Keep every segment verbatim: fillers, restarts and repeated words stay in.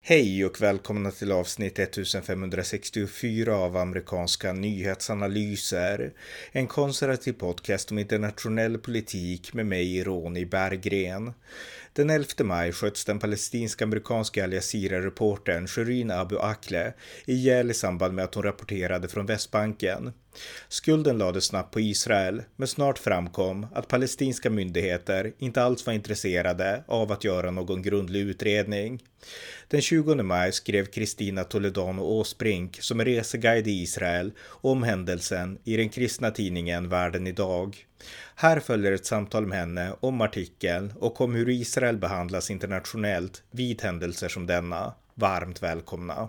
Hej och välkomna till avsnitt femtonhundrasextiofyra av amerikanska nyhetsanalyser. En konservativ podcast om internationell politik med mig, Ronny Berggren. Den elfte maj sköts den palestinsk-amerikanska Al Jazeera-reportern Shireen Abu Akleh ihjäl i samband med att hon rapporterade från Västbanken. Skulden lades snabbt på Israel, men snart framkom att palestinska myndigheter inte alls var intresserade av att göra någon grundlig utredning. Den tjugonde maj skrev Kristina Toledano Åsbrink, som är reseguide i Israel, om händelsen i den kristna tidningen Världen idag. Här följer ett samtal med henne om artikeln och om hur Israel behandlas internationellt vid händelser som denna. Varmt välkomna.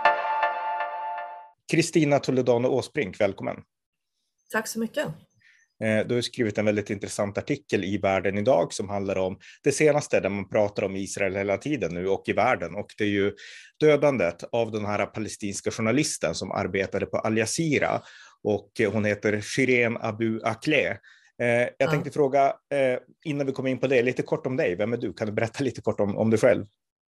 Kristina Toledano Åsbrink, välkommen. Tack så mycket. Du har skrivit en väldigt intressant artikel i Världen idag som handlar om det senaste där man pratar om Israel hela tiden nu och i världen. Och det är ju dödandet av den här palestinska journalisten som arbetade på Al Jazeera. Och hon heter Shireen Abu Akleh. Jag ja. tänkte fråga, innan vi kommer in på det, lite kort om dig. Vem är du? Kan du berätta lite kort om, om dig själv?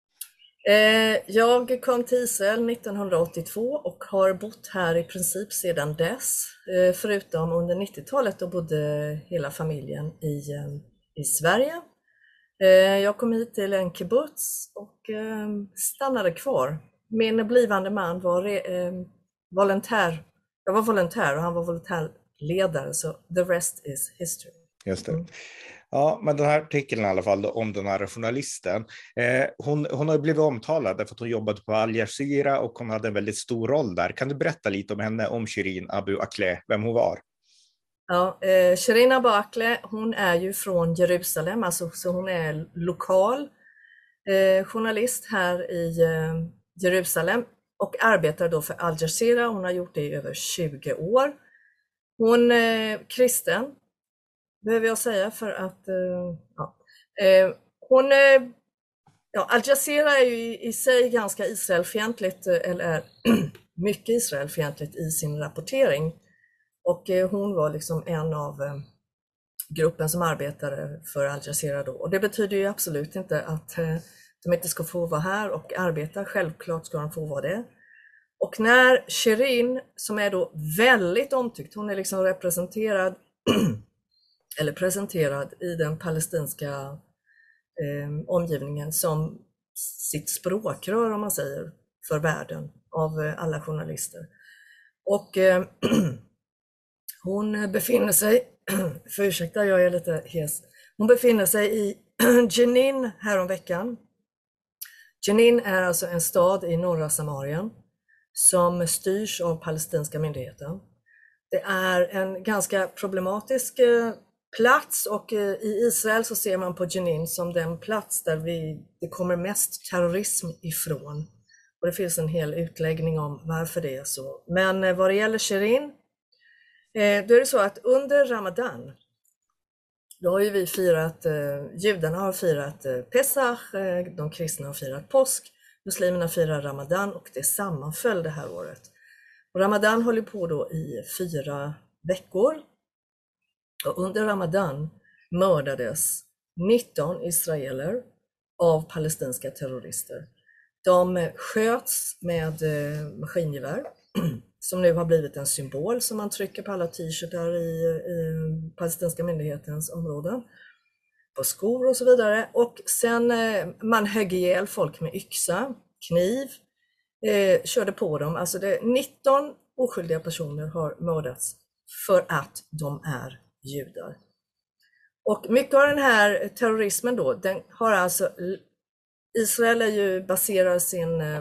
Jag kom till Israel nittonhundraåttiotvå och har bott här i princip sedan dess. Förutom under nittiotalet då bodde hela familjen i, i Sverige. Jag kom hit till en kibbutz och stannade kvar. Min blivande man var volontär. Jag var volontär och han var volontärledare, så the rest is history. Just det. Ja, men den här artikeln i alla fall då, om den här journalisten, eh, hon, hon har blivit omtalad därför att hon jobbade på Al Jazeera och hon hade en väldigt stor roll där. Kan du berätta lite om henne, om Shireen Abu Akleh, vem hon var? Ja, eh, Shireen Abu Akleh, hon är ju från Jerusalem, alltså, så hon är lokal eh, journalist här i eh, Jerusalem och arbetar då för Al Jazeera. Hon har gjort det i över tjugo år. Hon är eh, kristen, behöver jag säga, för att ja, hon, ja, Al Jazeera är ju i, i sig ganska Israelfientligt, eller är mycket Israelfientligt i sin rapportering, och hon var liksom en av gruppen som arbetade för Al Jazeera då, och det betyder ju absolut inte att de inte ska få vara här och arbeta. Självklart ska de få vara det. Och när Shireen, som är då väldigt omtyckt, hon är liksom representerad eller presenterad i den palestinska eh, omgivningen som sitt språkrör, om man säger, för världen av eh, alla journalister. Och eh, hon befinner sig, för ursäkta, jag är lite hes. Hon befinner sig i Jenin häromveckan. Jenin är alltså en stad i norra Samarien som styrs av palestinska myndigheten. Det är en ganska problematisk eh, plats, och i Israel så ser man på Jenin som den plats där vi, det kommer mest terrorism ifrån. Och det finns en hel utläggning om varför det är så. Men vad det gäller Shireen, då är det så att under Ramadan, då har ju vi firat, judarna har firat Pesach, de kristna har firat påsk, muslimerna firar Ramadan, och det sammanföll det här året. Och Ramadan håller på då i fyra veckor. Och under Ramadan mördades nitton israeler av palestinska terrorister. De sköts med maskingevär som nu har blivit en symbol som man trycker på alla t-shirtar i, i palestinska myndighetens områden, på skor och så vidare. Och sen man högg ihjäl folk med yxa, kniv, eh, körde på dem. Alltså det, nitton oskyldiga personer har mördats för att de är judar. Och mycket av den här terrorismen då, den har alltså, Israel är ju baserar sin eh,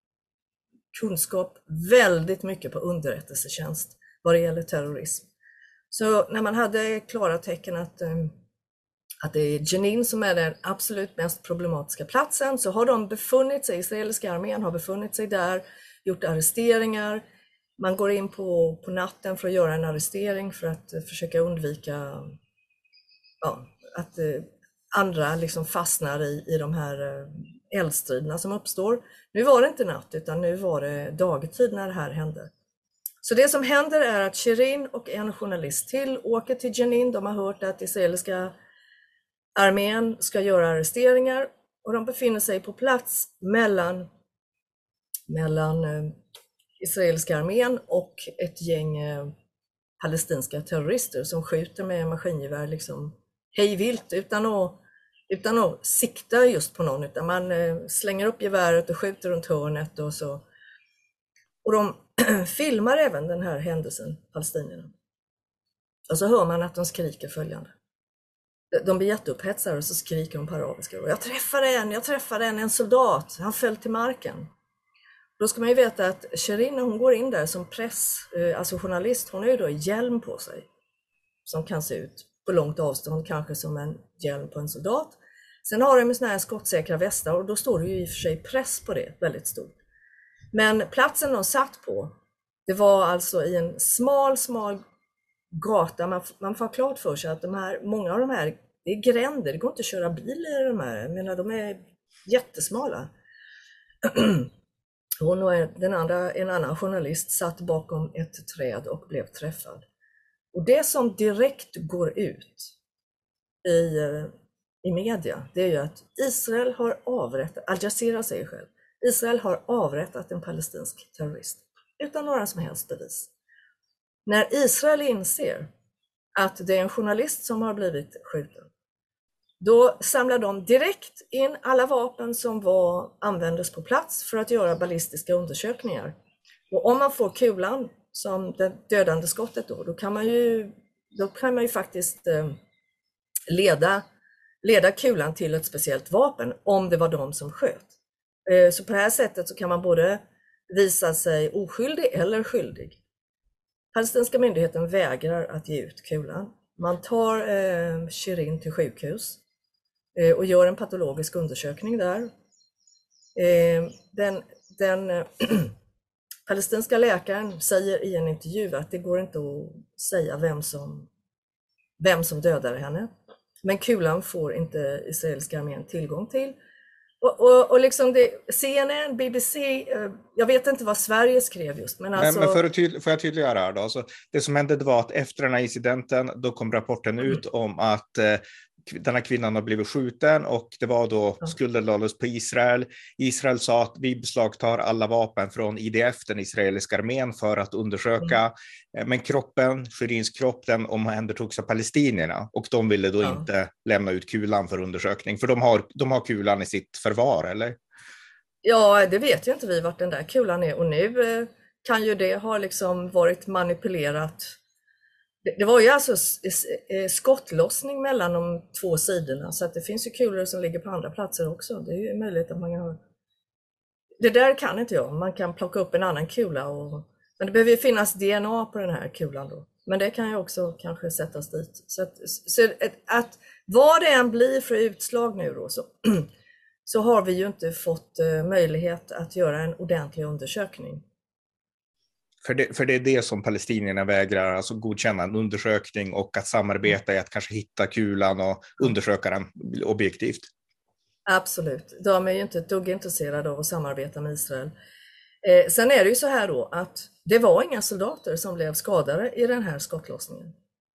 kunskap väldigt mycket på underrättelsetjänst vad det gäller terrorism. Så när man hade klara tecken att, eh, att det är Jenin som är den absolut mest problematiska platsen, så har de befunnit sig, israeliska armén har befunnit sig där, gjort arresteringar. Man går in på, på natten för att göra en arrestering för att eh, försöka undvika ja, att eh, andra liksom fastnar i, i de här eh, eldstriderna som uppstår. Nu var det inte natt, utan nu var det dagtid när det här hände. Så det som händer är att Shireen och en journalist till åker till Jenin. De har hört att israeliska armén ska göra arresteringar, och de befinner sig på plats mellan mellan eh, israeliska armén och ett gäng eh, palestinska terrorister som skjuter med maskingevär liksom hej vilt utan att, utan att sikta just på någon, utan man eh, slänger upp geväret och skjuter runt hörnet och så. Och de filmar även den här händelsen, palestinierna. Och så hör man att de skriker följande. De blir jätteupphetsade och så skriker de på arabiska. Jag träffade en, jag träffade en, en soldat, han föll till marken. Då ska man ju veta att Shirin, när hon går in där som press, alltså journalist, hon har ju då hjälm på sig. Som kan se ut på långt avstånd, kanske som en hjälm på en soldat. Sen har de med såna här skottsäkra västar och då står det ju i och för sig press på det, väldigt stort. Men platsen de satt på, det var alltså i en smal, smal gata. Man, man får klart för sig att de här, många av de här, det är gränder, det går inte att köra bil i de här. Jag menar, de är jättesmala. Hon och den andra, en annan journalist satt bakom ett träd och blev träffad. Och det som direkt går ut i, i media, det är ju att Israel har avrättat, Al Jazeera säger själv, Israel har avrättat en palestinsk terrorist utan några som helst bevis. När Israel inser att det är en journalist som har blivit skjuten, då samlar de direkt in alla vapen som var, användes på plats för att göra ballistiska undersökningar. Och om man får kulan som det dödande skottet då, då kan man ju, då kan man ju faktiskt eh, leda, leda kulan till ett speciellt vapen om det var de som sköt. Eh, så på det här sättet så kan man både visa sig oskyldig eller skyldig. Palestinska myndigheten vägrar att ge ut kulan. Man tar eh, Shirin till sjukhus eh, och gör en patologisk undersökning där. Eh, den den eh, palestinska läkaren säger i en intervju att det går inte att säga vem som, vem som dödade henne. Men kulan får inte israeliska armén tillgång till. Och, och, och liksom det, C N N, B B C, jag vet inte vad Sverige skrev just. Men, alltså... men, men för att tydlig, får jag tydliggöra här då? Alltså, det som hände var att efter den här incidenten, då kom rapporten mm. ut om att eh, den här kvinnan har blivit skjuten och det var då ja. skulden lades på Israel. Israel sa att vi beslagtar alla vapen från I D F, den israeliska armén, för att undersöka. Mm. Men kroppen, Shirins kropp, den omhändertogs av palestinierna och de ville då ja. inte lämna ut kulan för undersökning, för de har, de har kulan i sitt förvar, eller? Ja, det vet ju inte vi vart den där kulan är och nu kan ju det ha liksom varit manipulerat. Det var ju alltså skottlossning mellan de två sidorna, så att det finns ju kulor som ligger på andra platser också. Det är ju möjligt att man kan... Det där kan inte jag. Man kan plocka upp en annan kula. Och... Men det behöver ju finnas D N A på den här kulan då. Men det kan ju också kanske sättas dit. Så att, så att, att vad det än blir för utslag nu då, så, så har vi ju inte fått möjlighet att göra en ordentlig undersökning. För det, för det är det som palestinierna vägrar, alltså godkänna en undersökning och att samarbeta i att kanske hitta kulan och undersöka den objektivt. Absolut, de är ju inte ett dugg intresserade av att samarbeta med Israel. Eh, sen är det ju så här då att det var inga soldater som blev skadade i den här skottlossningen.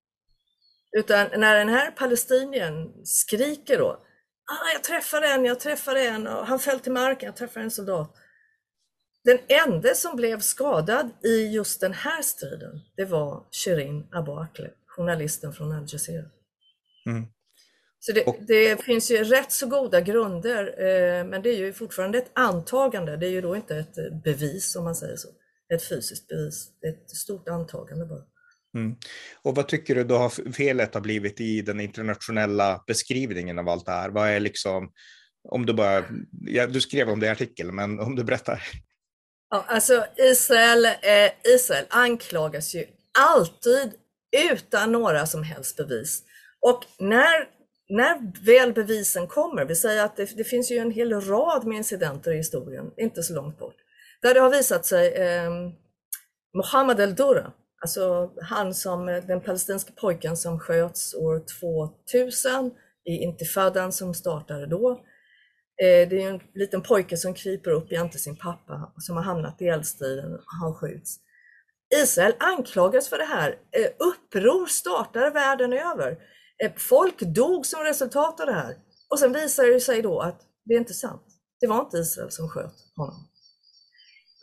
Utan när den här palestinien skriker då, ah, jag träffade en, jag träffade en och han föll till marken, jag träffade en soldat. Den enda som blev skadad i just den här striden, det var Shirin Abu Akleh, journalisten från Al Jazeera. Mm. Så det, och... det finns ju rätt så goda grunder, eh, men det är ju fortfarande ett antagande. Det är ju då inte ett bevis, om man säger så. Ett fysiskt bevis. Det är ett stort antagande bara. Mm. Och vad tycker du då har felet har blivit i den internationella beskrivningen av allt det här? Vad är liksom, om du bara, ja, du skrev om det i artikeln, men om du berättar. Ja, alltså Israel, eh, Israel anklagas ju alltid utan några som helst bevis. Och när, när väl bevisen kommer, vi säger att det, det finns ju en hel rad med incidenter i historien, inte så långt bort, där det har visat sig eh, Mohammed el-Dura, alltså han som, den palestinska pojken som sköts år tvåtusen i intifadan som startade då. Det är en liten pojke som kryper upp jämte sin pappa som har hamnat i eldstriden och han skjuts. Israel anklagas för det här. Uppror startar världen över. Folk dog som resultat av det här. Och sen visar det sig då att det är inte sant. Det var inte Israel som sköt honom.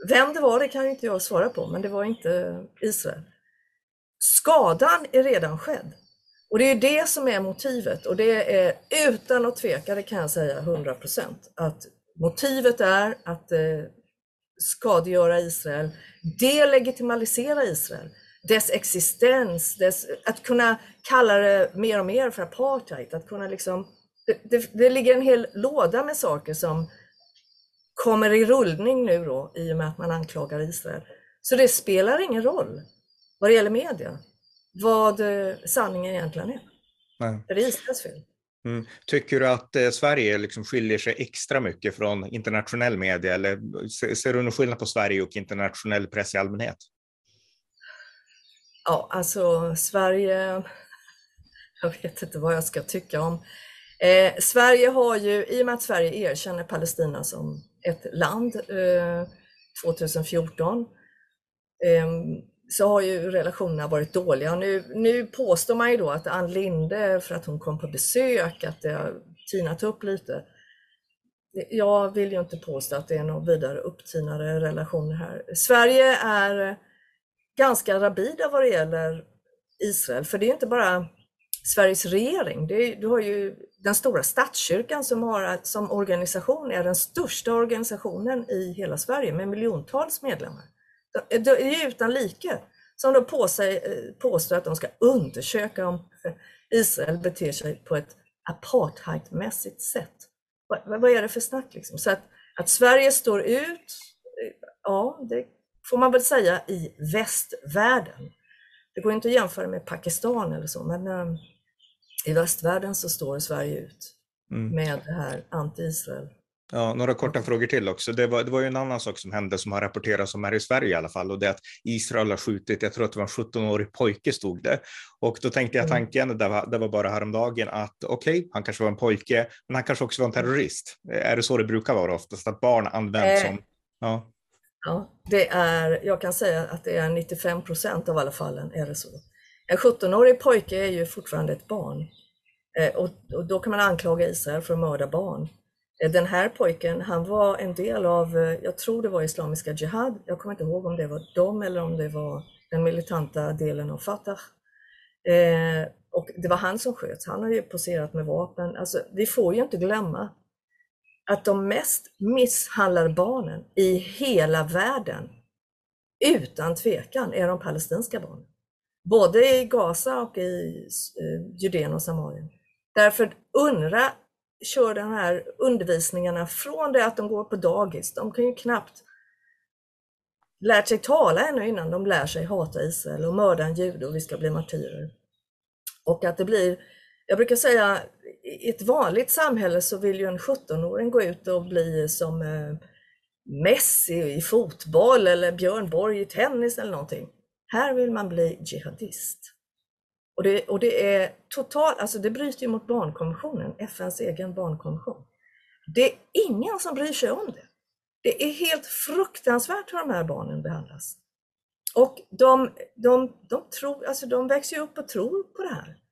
Vem det var, det kan inte jag svara på, men det var inte Israel. Skadan är redan skedd. Och det är det som är motivet, och det är utan att tveka, det kan jag säga hundra procent, att motivet är att eh, skadegöra Israel, delegitimalisera Israel, dess existens, dess, att kunna kalla det mer och mer för apartheid, att kunna liksom, det, det, det ligger en hel låda med saker som kommer i rullning nu då, i och med att man anklagar Israel. Så det spelar ingen roll vad det gäller media, vad eh, sanningen egentligen är. Nej. Det är Israels fel. Mm. Tycker du att eh, Sverige liksom skiljer sig extra mycket från internationell media, eller ser, ser du någon skillnad på Sverige och internationell press i allmänhet? Ja, alltså Sverige, jag vet inte vad jag ska tycka om. Eh, Sverige har ju, i och med att Sverige erkänner Palestina som ett land eh, tjugohundrafjorton, eh, så har ju relationerna varit dåliga. Nu, nu påstår man ju då att Ann Linde, för att hon kom på besök, att det har tinat upp lite. Jag vill ju inte påstå att det är någon vidare upptinade relationer här. Sverige är ganska rabida vad det gäller Israel, för det är inte bara Sveriges regering. Det är, du har ju den stora statskyrkan som, har, som organisation är den största organisationen i hela Sverige med miljontals medlemmar. Det är utan like som de på sig, påstår att de ska undersöka om Israel beter sig på ett apartheidmässigt sätt. Vad, vad är det för snack liksom? Så att, att Sverige står ut, ja, det får man väl säga, i västvärlden. Det går inte att jämföra med Pakistan eller så, men um, i västvärlden så står Sverige ut mm. med det här anti-Israel. Ja, några korta frågor till också. Det var, det var ju en annan sak som hände som har rapporterats om här i Sverige i alla fall, och det är att Israel har skjutit, jag tror att det var en sjutton-årig pojke stod det. Och då tänkte jag tanken, det var, det var bara häromdagen, att okej, okay, han kanske var en pojke, men han kanske också var en terrorist. Är det så det brukar vara oftast, att barn används eh. som... Ja. Ja, det är, jag kan säga att det är nittiofem procent av alla fallen är det så. En sjutton-årig pojke är ju fortfarande ett barn. Eh, och, och då kan man anklaga Israel för att mörda barn. Eh, den här pojken, han var en del av, eh, jag tror det var Islamiska Jihad. Jag kommer inte ihåg om det var dem eller om det var den militanta delen av Fatah. Eh, och det var han som sköts. Han har ju poserat med vapen. Alltså, vi får ju inte glömma att de mest misshandlade barnen i hela världen utan tvekan är de palestinska barnen. Både i Gaza och i Judeen och Samarien. Därför UNRWA kör den här undervisningarna från det att de går på dagis. De kan ju knappt lära sig tala ännu innan de lär sig hata Israel och mörda en jude och vi ska bli martyrer. Och att det blir, jag brukar säga, i ett vanligt samhälle så vill ju en sjutton-åring gå ut och bli som Messi i fotboll eller Björn Borg i tennis eller någonting. Här vill man bli jihadist. Och det, och det är totalt, alltså det bryter ju mot barnkonventionen, F N:s egen barnkonvention. Det är ingen som bryr sig om det. Det är helt fruktansvärt hur de här barnen behandlas. Och de, de, de, tror, alltså de växer ju upp och tror på det här.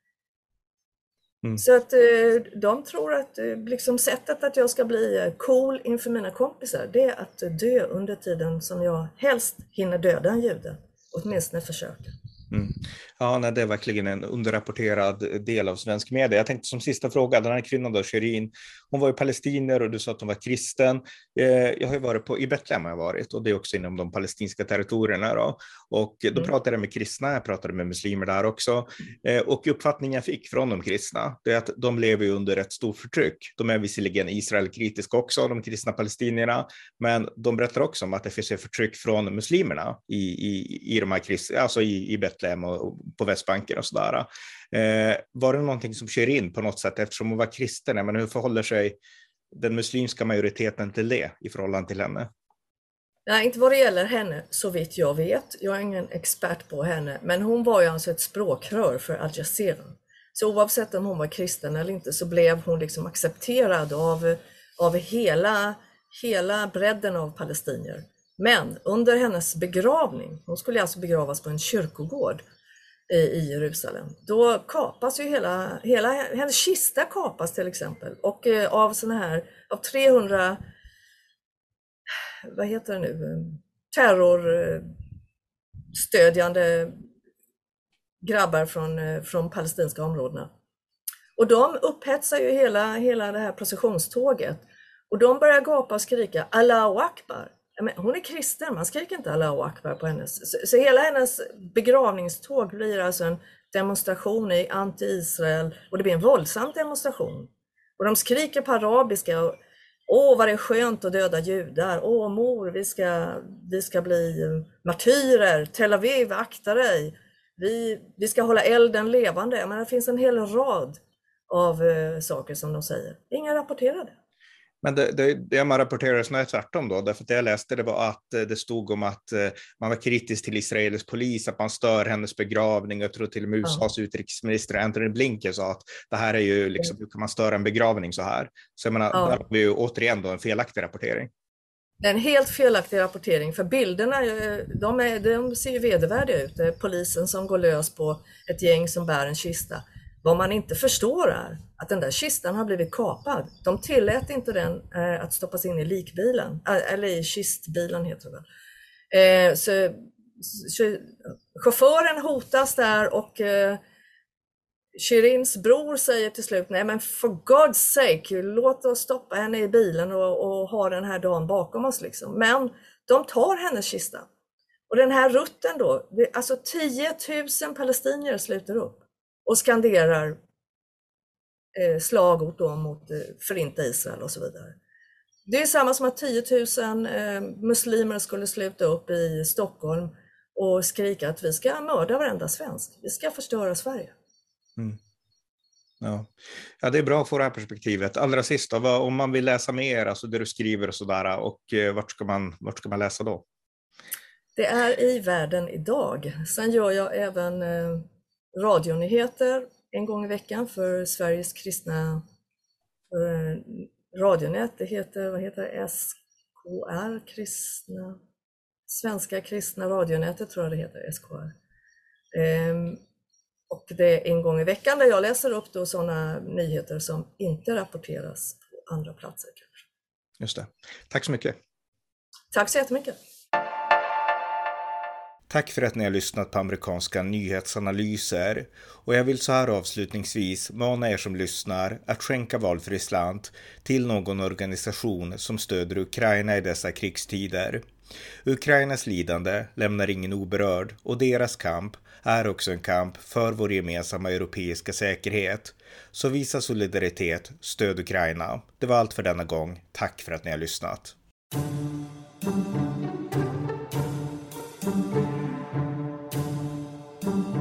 Mm. Så att de tror att liksom sättet att jag ska bli cool inför mina kompisar, det är att dö under tiden som jag helst hinner döda en jude. Åtminstone försöka. Mm. Ja, nej, det är verkligen en underrapporterad del av svensk media. Jag tänkte som sista fråga, den här kvinnan då, Shirin, hon var ju palestinier och du sa att hon var kristen. Eh, jag har ju varit på, i Betlehem har jag varit, och det är också inom de palestinska territorierna då. Och då mm. pratade jag med kristna, jag pratade med muslimer där också. Eh, och uppfattningen jag fick från de kristna, det är att de lever ju under ett stort förtryck. De är visserligen Israel-kritiska också, de kristna palestinierna, men de berättar också om att det finns ett förtryck från muslimerna i, i, i de här kristna, alltså i, i Betlehem och på Västbanken och sådär. Eh, var det någonting som kör in på något sätt eftersom hon var kristen? Men hur förhåller sig den muslimska majoriteten till det i förhållande till henne? Nej, inte vad det gäller henne så vitt jag vet. Jag är ingen expert på henne, men hon var ju alltså ett språkrör för Al Jazeera. Så oavsett om hon var kristen eller inte så blev hon liksom accepterad av, av hela, hela bredden av palestinier. Men under hennes begravning, hon skulle alltså begravas på en kyrkogård i, i Jerusalem, då kapas ju hela, hela hennes kista kapas till exempel. Och eh, av såna här, av trehundra, vad heter det nu, terrorstödjande grabbar från, från palestinska områdena. Och de upphetsar ju hela, hela det här processionståget. Och de börjar gapa och skrika Allahu Akbar. Men hon är kristen, man skriker inte Allahu Akbar på hennes. Så, så hela hennes begravningståg blir alltså en demonstration i anti-Israel. Och det blir en våldsam demonstration. Och de skriker på arabiska. Och, åh, vad det är skönt att döda judar. Åh, mor, vi ska, vi ska bli martyrer. Tel Aviv, akta dig. Vi, vi ska hålla elden levande. Men det finns en hel rad av uh, saker som de säger. Ingen rapporterade. Men det, det, det man rapporterar snarare tvärtom då, därför att det jag läste det var att det stod om att man var kritisk till Israels polis, att man stör hennes begravning. Jag tror till och med U S A:s ja. utrikesminister Antony Blinken sa att det här är ju liksom, hur kan man störa en begravning så här? Så jag menar, ja. där har vi ju återigen då en felaktig rapportering. En helt felaktig rapportering, för bilderna de, är, de ser ju vedervärdiga ut. Det är polisen som går lös på ett gäng som bär en kista. Vad man inte förstår är att den där kistan har blivit kapad. De tillät inte den eh, att stoppas in i likbilen, äh, eller i kistbilen heter det väl. Eh, så, så, chauffören hotas där och eh, Shirins bror säger till slut, nej men for God's sake, låt oss stoppa henne i bilen och, och ha den här dagen bakom oss liksom. Men de tar hennes kista. Och den här rutten då, det, alltså tio tusen palestinier sluter upp och skanderar eh, slagord då mot eh, förinta Israel och så vidare. Det är samma som att tio tusen eh, muslimer skulle sluta upp i Stockholm och skrika att vi ska mörda varenda svensk. Vi ska förstöra Sverige. Mm. Ja. ja, det är bra att få det här perspektivet. Allra sist då, vad, om man vill läsa mer, alltså det du skriver och sådär, och eh, vart, ska man, vart ska man läsa då? Det är i Världen idag. Sen gör jag även eh, radionyheter en gång i veckan för Sveriges kristna för, eh, radionät. Det heter, vad heter det? S K R, kristna, Svenska kristna radionätet tror jag det heter, S K R. Eh, och det är en gång i veckan där jag läser upp då sådana nyheter som inte rapporteras på andra platser kanske. Just det. Tack så mycket. Tack så jättemycket. Tack för att ni har lyssnat på amerikanska nyhetsanalyser, och jag vill så här avslutningsvis mana er som lyssnar att skänka valfri slant till någon organisation som stöder Ukraina i dessa krigstider. Ukrainas lidande lämnar ingen oberörd, och deras kamp är också en kamp för vår gemensamma europeiska säkerhet. Så visa solidaritet, stöd Ukraina. Det var allt för denna gång. Tack för att ni har lyssnat. Thank you.